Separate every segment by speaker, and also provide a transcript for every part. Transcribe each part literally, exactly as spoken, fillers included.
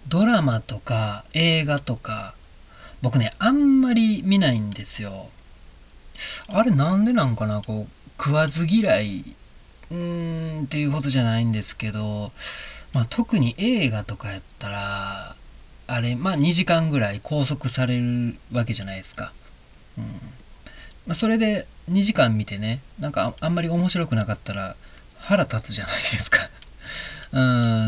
Speaker 1: ドラマとか映画とか、僕ね、あんまり見ないんですよ。あれなんでなんかな、こう、食わず嫌い、うーん、っていうことじゃないんですけど、まあ特に映画とかやったら、あれ、まあにじかんぐらい拘束されるわけじゃないですか。うん。まあそれでにじかん見てね、なんかああんまり面白くなかったら腹立つじゃないですか。うん、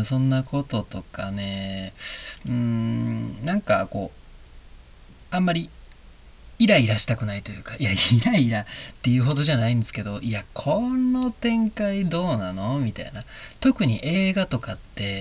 Speaker 1: そんなこととかね、うーん、なんかこう、あんまりイライラしたくないというか、いや、イライラっていうほどじゃないんですけど、いや、この展開どうなのみたいな。特に映画とかって、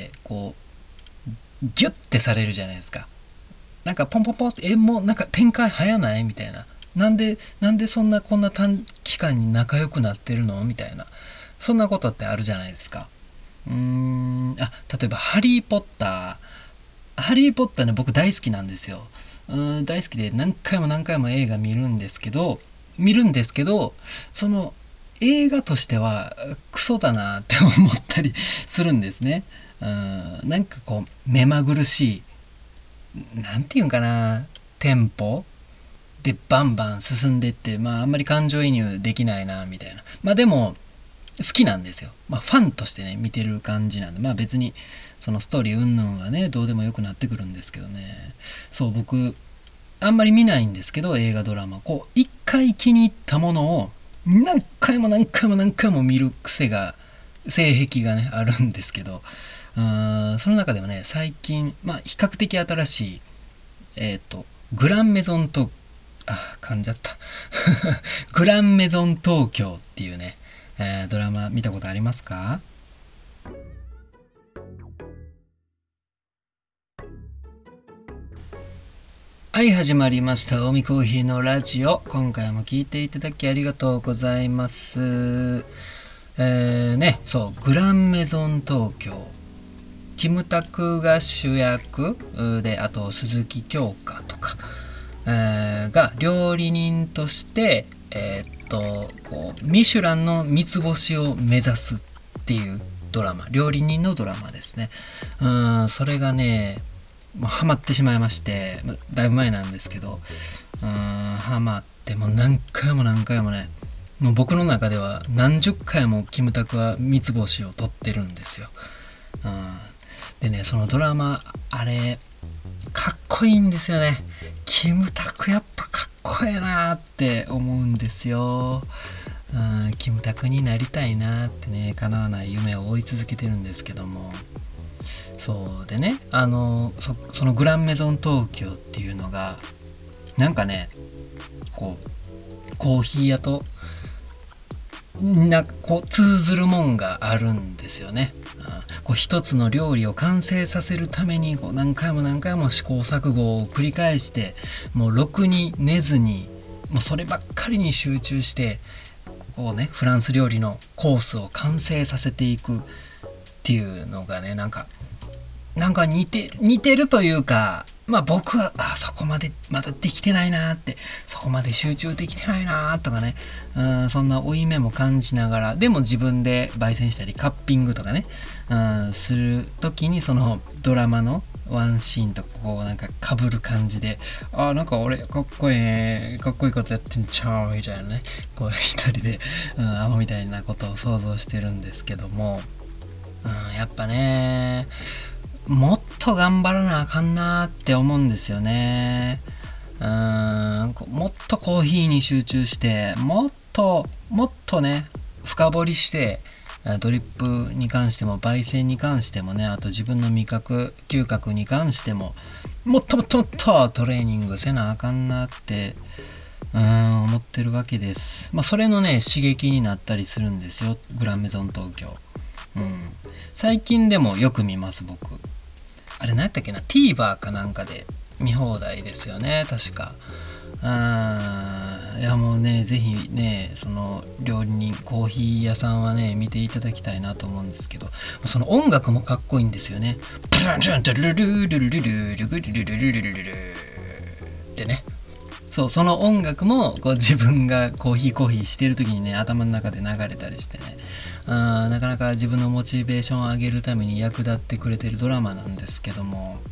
Speaker 1: こう、ギュッてされるじゃないですか。なんかポンポンポンって、え、もうなんか展開早ないみたいな。なんで、なんでそんなこんな短期間に仲良くなってるのみたいな。そんなことってあるじゃないですか。うーん、あ、例えばハリーポッター。ハリーポッターね、僕大好きなんですよ。うーん、大好きで何回も何回も映画見るんですけど、見るんですけど、その映画としてはクソだなって思ったりするんですね。うん、なんかこう、目まぐるしい、なんていうんかな、テンポでバンバン進んでって、まああんまり感情移入できないな、みたいな。まあでも、好きなんですよ。まあファンとしてね、見てる感じなんで、まあ別に、そのストーリー云々はね、どうでもよくなってくるんですけどね。そう、僕、あんまり見ないんですけど、映画ドラマ。こう、一回気に入ったものを、何回も何回も何回も見る癖が、性癖がね、あるんですけど、うーん、その中でもね、最近、まあ比較的新しい、えっ、と、グランメゾンと、あ、噛んじゃった。グランメゾン東京っていうね、えードラマ見たことありますか？はい、始まりました。オミコーヒーのラジオ。今回も聞いていただきありがとうございます。えー、ね、そう、グランメゾン東京。キムタクが主役で、あと鈴木京香とか、えーが料理人として、えーっと、こう、ミシュランの三つ星を目指すっていうドラマ、料理人のドラマですね。うん、それがね、もうハマってしまいまして、だいぶ前なんですけど、うーん、ハマってもう何回も何回もね、もう僕の中では何十回もキムタクは三つ星を取ってるんですよ。うん、でね、そのドラマ、あれ、かっこいいんですよね。キムタクやっぱかっこええなーって思うんですよ。うん、キムタクになりたいなーってね、叶わない夢を追い続けてるんですけども、そうでね、あのそそのグランメゾン東京っていうのがなんかね、こうコーヒー屋となんかこう通ずるもんがあるんですよね。あ、こう一つの料理を完成させるためにこう何回も何回も試行錯誤を繰り返して、もうろくに寝ずに、もうそればっかりに集中して、こうね、フランス料理のコースを完成させていくっていうのがね、なんかなんか似て似てるというか、まあ僕はあそこまでまだできてないなーって、そこまで集中できてないなーとかね、うん、そんな負い目も感じながら、でも自分で焙煎したりカッピングとかね、うん、する時にそのドラマのワンシーンとこうなんか被る感じで、あーなんか俺かっこいいね、かっこいいことやってんちゃうみたいなね、こう一人で、うん、アホみたいなことを想像してるんですけども、うん、やっぱね、もっと頑張らなあかんなーって思うんですよね。うーん、もっとコーヒーに集中して、もっと、もっとね、深掘りして、ドリップに関しても、焙煎に関してもね、あと自分の味覚、嗅覚に関しても、もっともっともっとトレーニングせなあかんなって、うーん、思ってるわけです。まあ、それのね、刺激になったりするんですよ、グランメゾン東京。うん。最近でもよく見ます、僕。あれ何やったっけな、 TVer かなんかで見放題ですよね、確か。あー、いやもうね、ぜひね、その料理人コーヒー屋さんはね見ていただきたいなと思うんですけど、その音楽もかっこいいんですよね。プルンチュントゥルルルルルルルルルルルルルルルルってね。そう、その音楽もこう自分がコーヒーコーヒーしてる時にね、頭の中で流れたりしてね、あーなかなか自分のモチベーションを上げるために役立ってくれてるドラマなんですけども、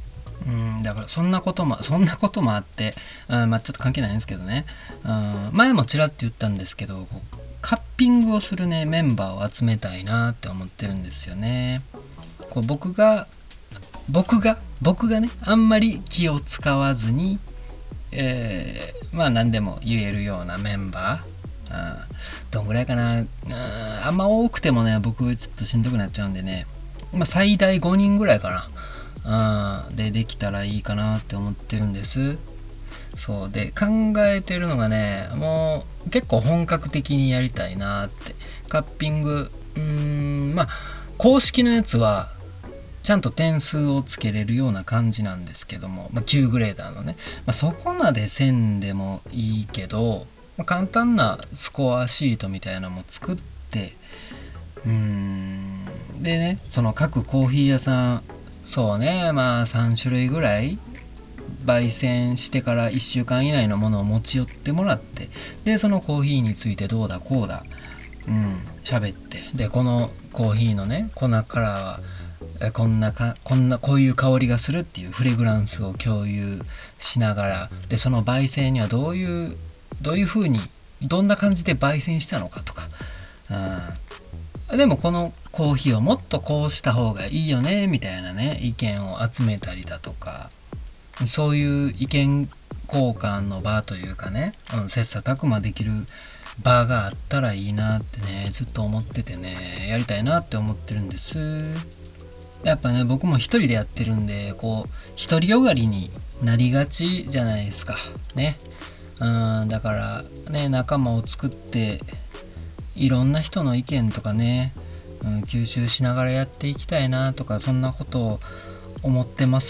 Speaker 1: うん、だからそんなこともそんなこともあって、うん、まあちょっと関係ないんですけどね、うん、前もちらっと言ったんですけど、カッピングをするねメンバーを集めたいなって思ってるんですよね。こう僕が僕が僕がねあんまり気を使わずに、えー、まあ何でも言えるようなメンバー、うん、どんぐらいかな、うん、あんま多くてもね僕ちょっとしんどくなっちゃうんでね、まあ、最大ごにんぐらいかな、うん、でできたらいいかなって思ってるんです。そうで考えてるのがね、もう結構本格的にやりたいなって。カッピング、うーんまあ公式のやつはちゃんと点数をつけれるような感じなんですけども、まあ、きゅうグレーダーのね、まあ、そこまでせんでもいいけど、まあ、簡単なスコアシートみたいなのも作って、うーんでね、その各コーヒー屋さん、そうね、まあさん種類ぐらい焙煎してからいっしゅうかん以内のものを持ち寄ってもらって、でそのコーヒーについてどうだこうだ、うん喋って、でこのコーヒーのね粉からはこんなかこんなこういう香りがするっていうフレグランスを共有しながら、でその焙煎にはどういうどういう風にどんな感じで焙煎したのかとか、うん、でもこのコーヒーをもっとこうした方がいいよねみたいなね意見を集めたりだとか、そういう意見交換の場というかね、うん、切磋琢磨できる場があったらいいなってねずっと思っててね、やりたいなって思ってるんです。やっぱね僕も一人でやってるんで、こう独りよがりになりがちじゃないですかね。うんだからね仲間を作っていろんな人の意見とかね、うん、吸収しながらやっていきたいなとか、そんなことを思ってます。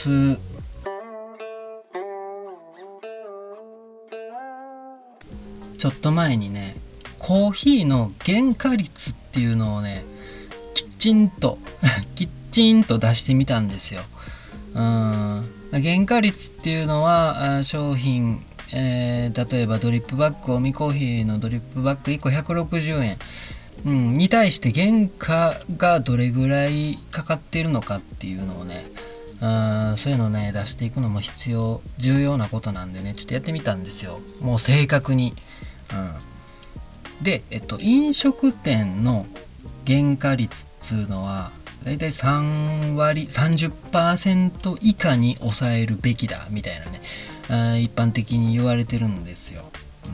Speaker 1: ちょっと前にねコーヒーの原価率っていうのをねきちんときちんと出してみたんですよ。うん原価率っていうのは商品、えー、例えばドリップバッグ、オミコーヒーのドリップバッグいっこひゃくろくじゅうえん、うん、に対して原価がどれぐらいかかっているのかっていうのをね、うんそういうのをね出していくのも必要重要なことなんでね、ちょっとやってみたんですよ、もう正確に。うん、で、えっと、飲食店の原価率っつうのはだいたいさんわり さんじゅっパーセント 以下に抑えるべきだみたいなね、あ一般的に言われてるんですよ。うん、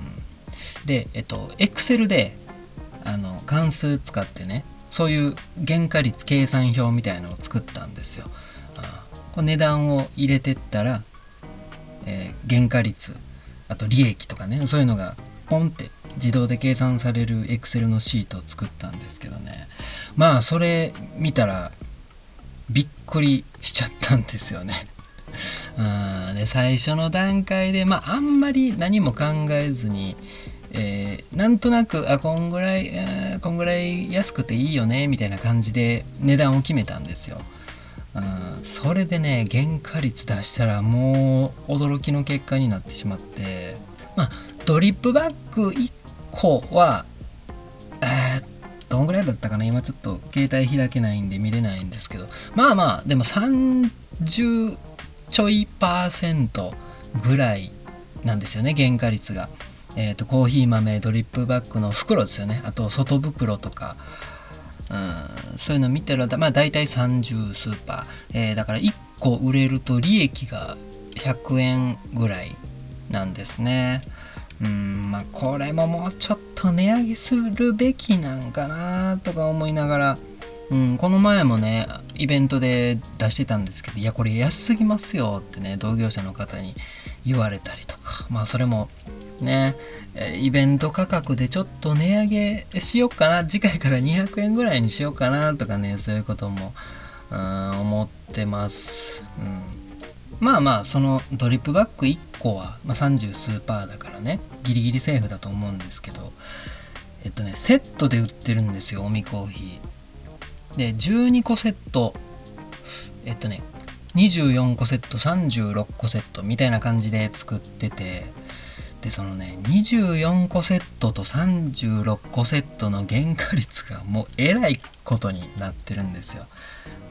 Speaker 1: で、えっと、Excel であの関数使ってね、そういう原価率計算表みたいなのを作ったんですよ。あこう値段を入れてったら、えー原価率、あと利益とかね、そういうのがポンって自動で計算される Excel のシートを作ったんですけどね、まあそれ見たらびっくりしちゃったんですよね。うんで最初の段階で、まあ、あんまり何も考えずに、えーなんとなくあこんぐらい、えーこんぐらい安くていいよねみたいな感じで値段を決めたんですよ。うんそれでね原価率出したらもう驚きの結果になってしまって、まあドリップバッグいっこはえーどんぐらいだったかな、今ちょっと携帯開けないんで見れないんですけど、まあまあでもさんじゅうちょいパーセントぐらいなんですよね原価率が。えっ、とコーヒー豆ドリップバッグの袋ですよね、あと外袋とか、うん、そういうの見てるとまあ大体さんじゅう数パー、えーだからいっこ売れると利益がひゃくえんぐらいなんですね。うんまあこれももうちょっと値上げするべきなんかなとか思いながら、うん、この前もねイベントで出してたんですけど、いやこれ安すぎますよってね同業者の方に言われたりとか、まあそれもねイベント価格でちょっと値上げしようかな、次回からにひゃくえんぐらいにしようかなとかね、そういうことも、うん、思ってます。うんまあまあそのドリップバッグいっこは、まあ、さんじゅう数パーだからねギリギリセーフだと思うんですけど、えっとねセットで売ってるんですよオミコーヒーで。じゅうにこセット、えっとねにじゅうよんこセット、さんじゅうろっこセットみたいな感じで作ってて、でそのねにじゅうよんこセットとさんじゅうろっこセットの原価率がもうえらいことになってるんですよ。うん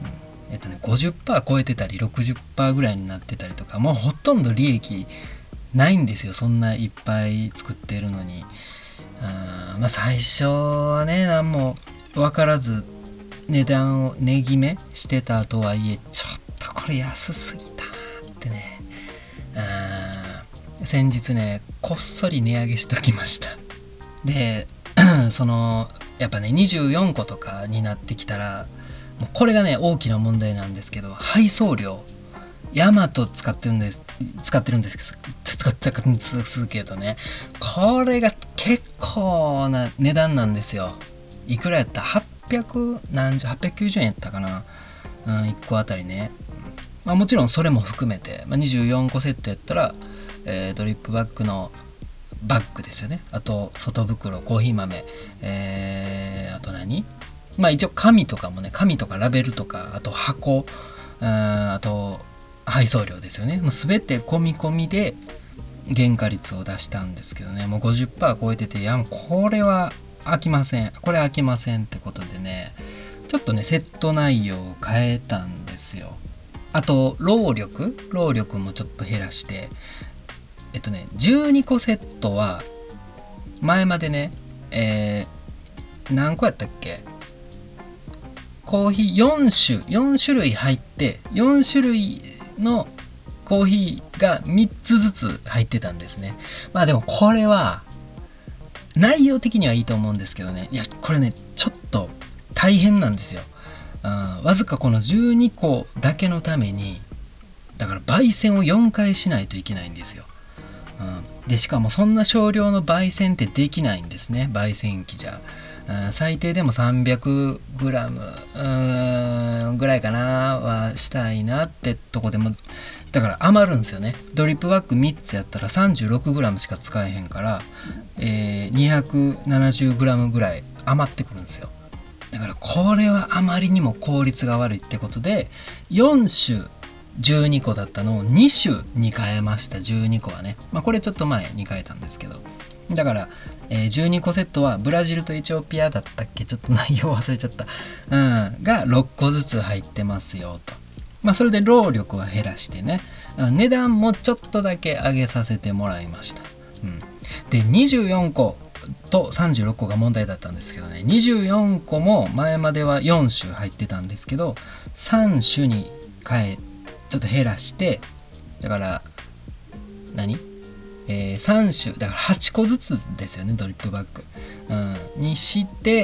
Speaker 1: えっとね ごじゅっパーセント 超えてたり ろくじゅっパーセント ぐらいになってたりとか、もうほとんど利益ないんですよ、そんないっぱい作ってるのに。あまあ最初はね何も分からず値段を値決めしてたとはいえ、ちょっとこれ安すぎたなってね、あ先日ねこっそり値上げしときました。でそのやっぱねにじゅうよんこととかになってきたら、もうこれがね大きな問題なんですけど、配送料ヤマト使ってるんです使ってるんですけど使ってるんですけどね、これが結構な値段なんですよ。いくらやったはっぴゃく何十はっぴゃくきゅうじゅうえんやったかな、うん、いっこあたりね。まあ、もちろんそれも含めて、まあ、にじゅうよんこセットやったら、えー、ドリップバッグのバッグですよね、あと外袋、コーヒー豆、えー、あと何まあ一応紙とかもね、紙とかラベルとか、あと箱、うん、あと配送料ですよね、もう全て込み込みで原価率を出したんですけどね、もう ごじゅっパーセント 超えてて、いやこれは飽きませんこれ飽きませんってことでね、ちょっとねセット内容を変えたんですよ。あと労力労力もちょっと減らして、えっとねじゅうにこセットは前までね、えー、何個やったっけ、コーヒーよん種よん種類入って、よん種類のコーヒーがみっつずつ入ってたんですね。まあでもこれは内容的にはいいと思うんですけどね、いやこれねちょっと大変なんですよ。あわずかこのじゅうにこだけのために、だから焙煎をよんかいしないといけないんですよ。うん、でしかもそんな少量の焙煎ってできないんですね、焙煎機じゃ。あ最低でも さんびゃくグラム うーんぐらいかなはしたいなってとこでも、だから余るんですよね。ドリップバッグみっつやったら さんじゅうろくグラム しか使えへんから、えー、にひゃくななじゅうグラム ぐらい余ってくるんですよ。だからこれはあまりにも効率が悪いってことで、よん種じゅうにこだったのをに種に変えました。じゅうにこはね、まあこれちょっと前に変えたんですけど、だから、えー、じゅうにこセットはブラジルとエチオピアだったっけ、ちょっと内容忘れちゃった、うん、がろっこずつ入ってますよと。まあそれで労力は減らしてね、値段もちょっとだけ上げさせてもらいました。うん、でにじゅうよんことさんじゅうろっこが問題だったんですけどね、にじゅうよんこも前まではよん種入ってたんですけど、さん種に変えちょっと減らして、だから何、えー、さん種だからはっこずつですよね、ドリップバッグ、うん、にして、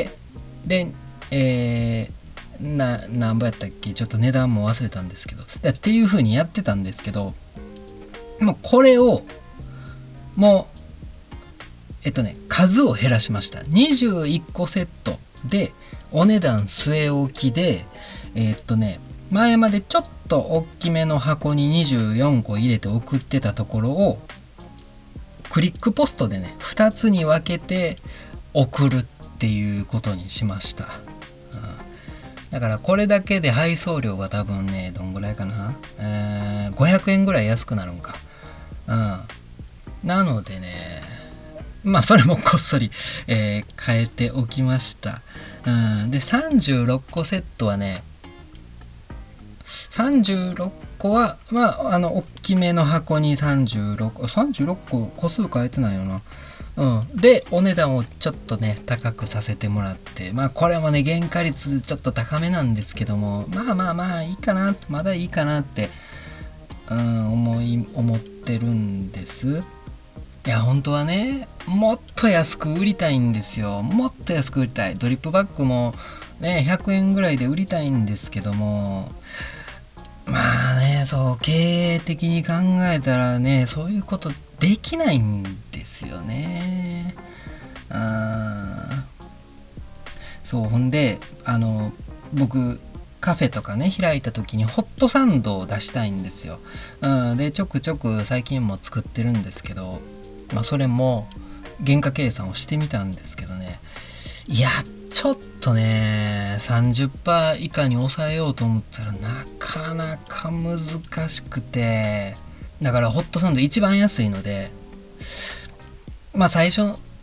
Speaker 1: で、えー、な何ぼやったっけ、ちょっと値段も忘れたんですけど、っていう風にやってたんですけど、もうこれをもうえっとね数を減らしました。にじゅういっこセットでお値段据え置きで、えー、っとね前までちょっと大きめの箱ににじゅうよんこ入れて送ってたところをクリックポストでねふたつに分けて送るっていうことにしました。うん、だからこれだけで配送料が多分ねどんぐらいかな、えー、ごひゃくえんぐらい安くなるんか。うん、なのでね、まあそれもこっそり、えー変えておきました。うん、でさんじゅうろっこセットはね、さんじゅうろっこはまああの大きめの箱にさんじゅうろく、さんじゅうろっこ個数変えてないよな。うん、でお値段をちょっとね高くさせてもらって、まあこれもね原価率ちょっと高めなんですけども、まあまあまあいいかな、まだいいかなって、うん、思い思ってるんです。いや本当はねもっと安く売りたいんですよ。もっと安く売りたい。ドリップバッグもねひゃくえんぐらいで売りたいんですけども、まあねそう経営的に考えたらねそういうことできないんですよね。あそうほんであの僕カフェとかね開いた時にホットサンドを出したいんですよ。うん、でちょくちょく最近も作ってるんですけど、まあ、それも原価計算をしてみたんですけどね、いやちょっとね さんじゅっパーセント 以下に抑えようと思ったらなかなか難しくて、だからホットサンド一番安いので、まあ最初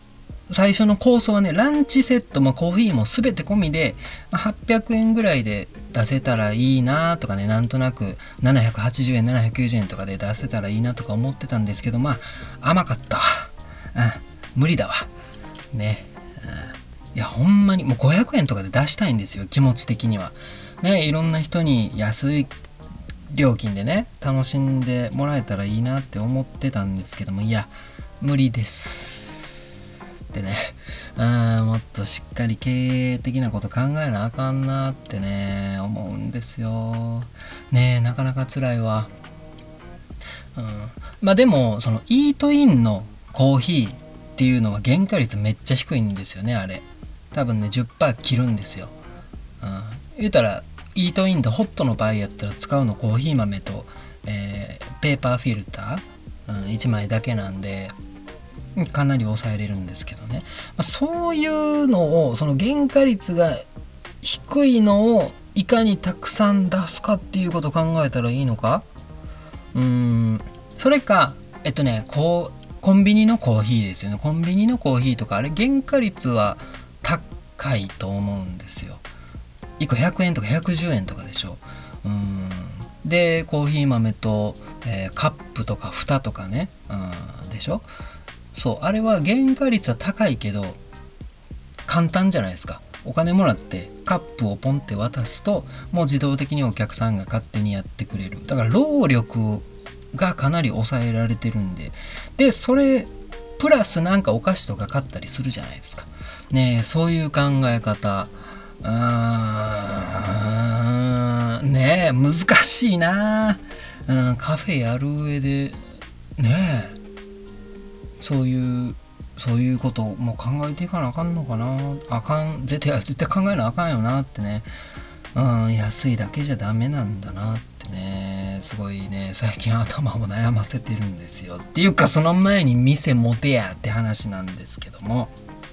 Speaker 1: 最初の構想はね、ランチセットもコーヒーも全て込みで、まあ、はっぴゃくえんぐらいで出せたらいいなとかね、なんとなくななひゃくはちじゅうえんななひゃくきゅうじゅうえんとかで出せたらいいなとか思ってたんですけど、まあ甘かった、うん、無理だわね、うん、いやほんまにもうごひゃくえんとかで出したいんですよ、気持ち的にはね。いろんな人に安い料金でね楽しんでもらえたらいいなって思ってたんですけども、いや無理ですってね、あもっとしっかり経営的なこと考えなあかんなってね思うんですよね。なかなか辛いわ、うん、まあでもそのイートインのコーヒーっていうのは原価率めっちゃ低いんですよね。あれ多分ね じゅっパーセント 切るんですよ、うん、言うたらイートインでホットの場合やったら使うのコーヒー豆と、えー、ペーパーフィルター、うん、いちまいだけなんでかなり抑えれるんですけどね、まあ、そういうのをその原価率が低いのをいかにたくさん出すかっていうことを考えたらいいのか、うーんそれかえっとねこうコンビニのコーヒーですよね。コンビニのコーヒーとかあれ原価率は高いと思うんですよ。いっこひゃくえんとかひゃくじゅうえんとかでしょ。うーんでコーヒー豆と、えー、カップとか蓋とかね、うんでしょ。そうあれは原価率は高いけど簡単じゃないですか。お金もらってカップをポンって渡すともう自動的にお客さんが勝手にやってくれる。だから労力がかなり抑えられてるんで、でそれプラスなんかお菓子とか買ったりするじゃないですかね。えそういう考え方、うーんねえ難しいな、うん、カフェやる上でねえそういうそういうことも考えていかなあかんのかな。あかん絶対絶対考えなあかんよなってね。うん安いだけじゃダメなんだなってね、すごいね最近頭を悩ませてるんですよ。っていうかその前に店持てやって話なんですけども、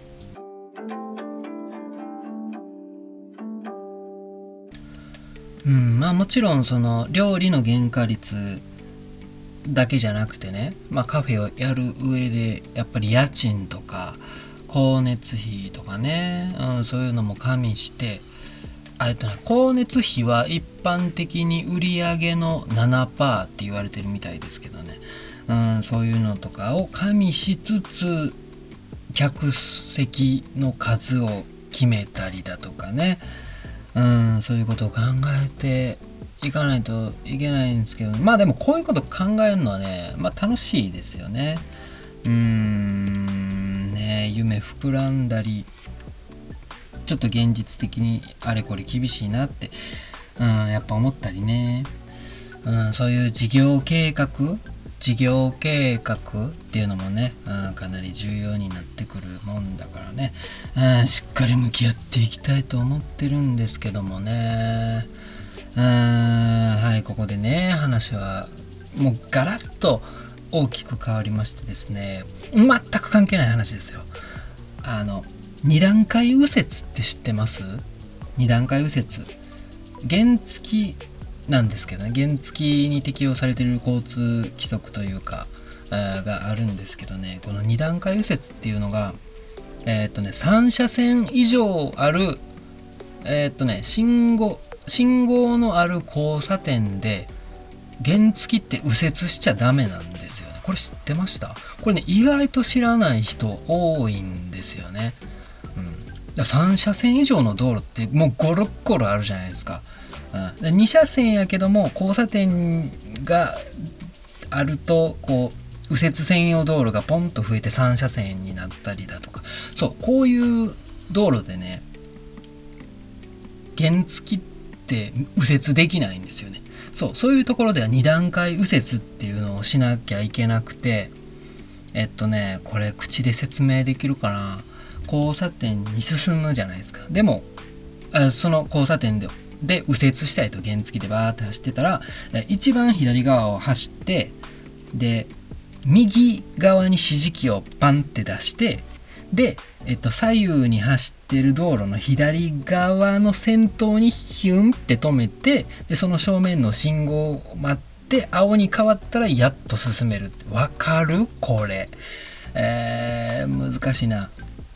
Speaker 1: うんまあもちろんその料理の原価率だけじゃなくてね、まあ、カフェをやる上でやっぱり家賃とか光熱費とかね、うん、そういうのも加味して、えっとね、光熱費は一般的に売上の ななパーセント って言われてるみたいですけどね、うん、そういうのとかを加味しつつ客席の数を決めたりだとかね、うん、そういうことを考えていかないといけないんですけど、まあでもこういうこと考えるのはね、まあ楽しいですよね。うーんね夢膨らんだりちょっと現実的にあれこれ厳しいなって、うん、やっぱ思ったりね、うん、そういう事業計画事業計画っていうのもね、うん、かなり重要になってくるもんだからね、うん、しっかり向き合っていきたいと思ってるんですけどもね。うーんはいここでね話はもうガラッと大きく変わりましてですね、全く関係ない話ですよ。あの二段階右折って知ってます？二段階右折原付なんですけどね、原付に適用されている交通規則というかがあるんですけどね、この二段階右折っていうのがえー、っとねさん車線以上あるえー、っとね信号信号のある交差点で原付って右折しちゃダメなんですよね。これ知ってました？これね意外と知らない人多いんですよね。うん、ださん車線以上の道路ってもうゴロッゴロあるじゃないですか。うん、でに車線やけども交差点があるとこう右折専用道路がポンと増えてさん車線になったりだとか、そうこういう道路でね原付って右折できないんですよね。そうそういうところではに段階右折っていうのをしなきゃいけなくて、えっとねこれ口で説明できるかな。交差点に進むじゃないですか。でもその交差点でで右折したいと原付でバーって走ってたら一番左側を走ってで右側に指示器をバンって出してで、えっと、左右に走ってる道路の左側の先頭にヒュンって止めてでその正面の信号を待って青に変わったらやっと進めるってわかるこれ、えー、難しいな。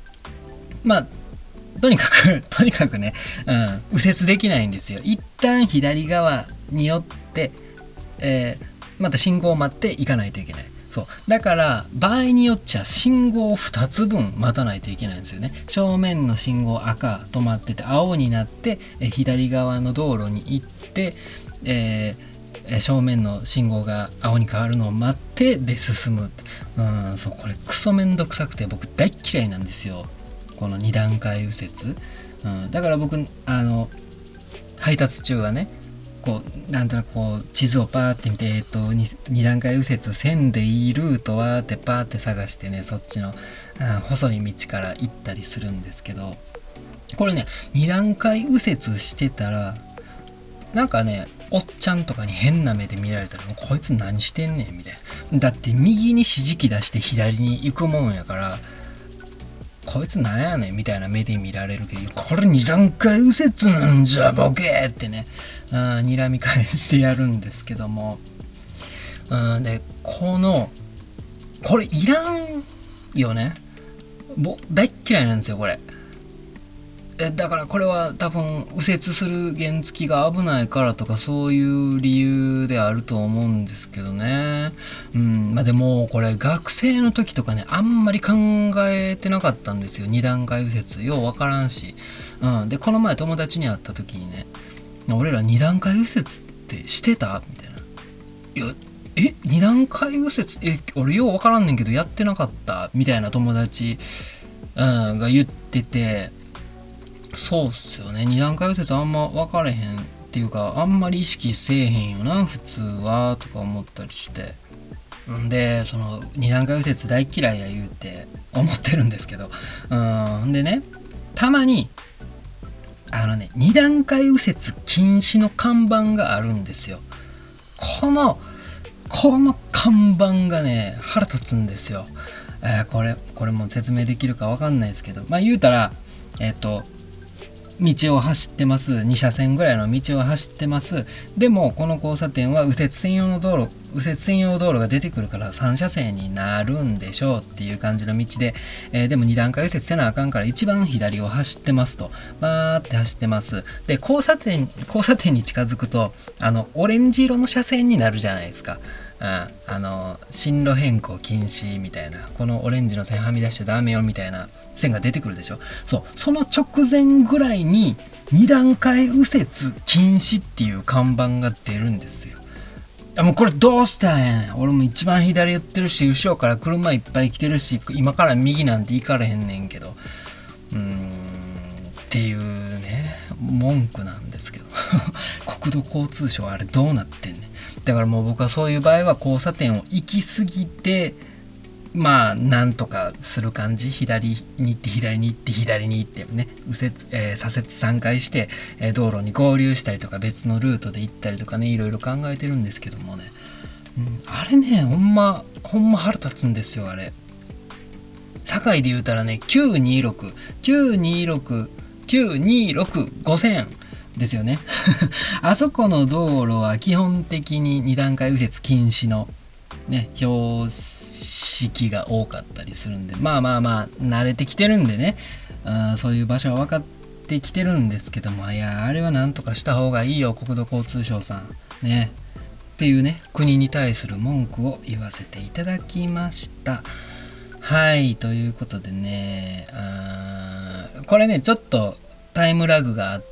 Speaker 1: まあとにかくとにかくね、うん、右折できないんですよ。一旦左側によって、えー、また信号を待って行かないといけない。そうだから場合によっちゃ信号ふたつぶん待たないといけないんですよね。正面の信号赤止まってて青になって、え左側の道路に行って、えー、正面の信号が青に変わるのを待ってで進む。うん、そうこれクソめんどくさくて僕大嫌いなんですよ、このに段階右折。うん、だから僕あの配達中はね、こうなんとなくこう地図をパーって見て、えっと 2, 2段階右折せんでいいルートはってパーって探してね、そっちの、うん、細い道から行ったりするんですけど、これねに段階右折してたらなんかねおっちゃんとかに変な目で見られたらもうこいつ何してんねんみたいな。だって右に指示器出して左に行くもんやから、こいつなんやねんみたいな目で見られるけど、これに段階右折なんじゃボケってね、うん、睨み返してやるんですけども、うん、でこのこれいらんよね。僕大っ嫌いなんですよこれ。えだからこれは多分右折する原付が危ないからとかそういう理由であると思うんですけどね。うんまあでもこれ学生の時とかねあんまり考えてなかったんですよ、に段階右折ようわからんし。うんでこの前友達に会った時にね、俺らに段階右折ってしてたみたいな。いやえに段階右折え俺ようわからんねんけどやってなかったみたいな友達、うん、が言ってて、そうっすよね、に段階右折あんま分かれへんっていうかあんまり意識せえへんよな普通はとか思ったりして、んでそのに段階右折大嫌いや言うて思ってるんですけど、うんでねたまにあのねに段階右折禁止の看板があるんですよ。このこの看板がね腹立つんですよ。えー、これこれも説明できるか分かんないですけど、まあ言うたらえっ、ー、と道を走ってます、に車線ぐらいの道を走ってます。でもこの交差点は右折専用の道路右折専用道路が出てくるからさん車線になるんでしょうっていう感じの道で、えー、でもに段階右折せなあかんから一番左を走ってますと、バーって走ってます。で交差点交差点に近づくとあのオレンジ色の車線になるじゃないですか。うん、あの進路変更禁止みたいな、このオレンジの線はみ出しちゃダメよみたいな線が出てくるでしょ。そうその直前ぐらいにに段階右折禁止っていう看板が出るんですよ。いやもうこれどうしたんやねん、俺も一番左寄ってるし後ろから車いっぱい来てるし今から右なんて行かれへんねんけど、うーんっていうね文句なんですけど国土交通省あれどうなってんねん。だからもう僕はそういう場合は交差点を行き過ぎてまあなんとかする感じ、左に行って左に行って左に行ってね右折、えー、左折さんかいして、えー、道路に合流したりとか別のルートで行ったりとかねいろいろ考えてるんですけどもね、うん、あれねほんまほんま腹立つんですよあれ。堺で言うたらねきゅうにろく きゅうにろく きゅうにろく ごせんですよねあそこの道路は基本的にに段階右折禁止のね標識が多かったりするんで、まあまあまあ慣れてきてるんでね、あそういう場所は分かってきてるんですけども、いやあれはなんとかした方がいいよ国土交通省さんねっていうね国に対する文句を言わせていただきました。はいということでね、あこれねちょっとタイムラグがあって、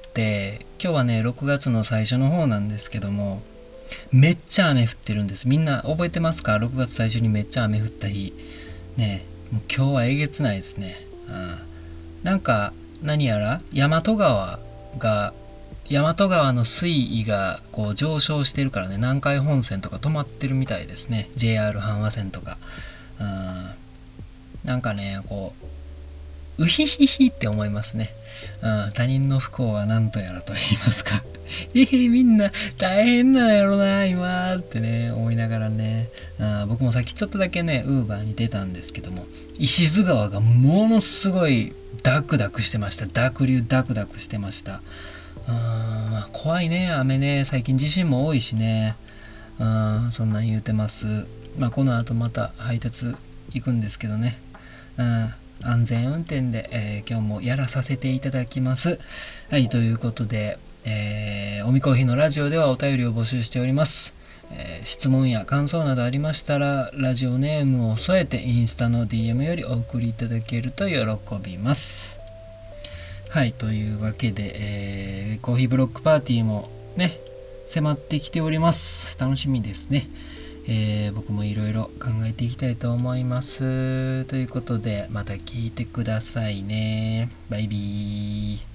Speaker 1: 今日はねろくがつの最初の方なんですけどもめっちゃ雨降ってるんです。みんな覚えてますか？ろくがつ最初にめっちゃ雨降った日ね。もう今日はえげつないですね。うん、なんか何やら大和川が大和川の水位がこう上昇してるからね南海本線とか止まってるみたいですね。 ジェイアール 阪和線とか、うん、なんかねこううひひひって思いますね。うん、他人の不幸は何とやらと言いますかえー、みんな大変なんやろな今ってね思いながらね、あ僕もさっきちょっとだけねウーバーに出たんですけども石津川がものすごいダクダクしてました。濁流ダクダクしてました。うん、まあ、怖いね雨ね、最近地震も多いしね、うん、そんなん言うてます。まあこの後また配達行くんですけどね、うん、 安全運転で、えー今日もやらさせていただきます。はい、ということで、えー、おみコーヒーのラジオではお便りを募集しております。えー質問や感想などありましたら、ラジオネームを添えてインスタの ディーエム よりお送りいただけると喜びます。はい、というわけで、えーコーヒーブロックパーティーもね、迫ってきております。楽しみですね。えー僕もいろいろ考えていきたいと思います。ということで、また聞いてくださいね。バイビー。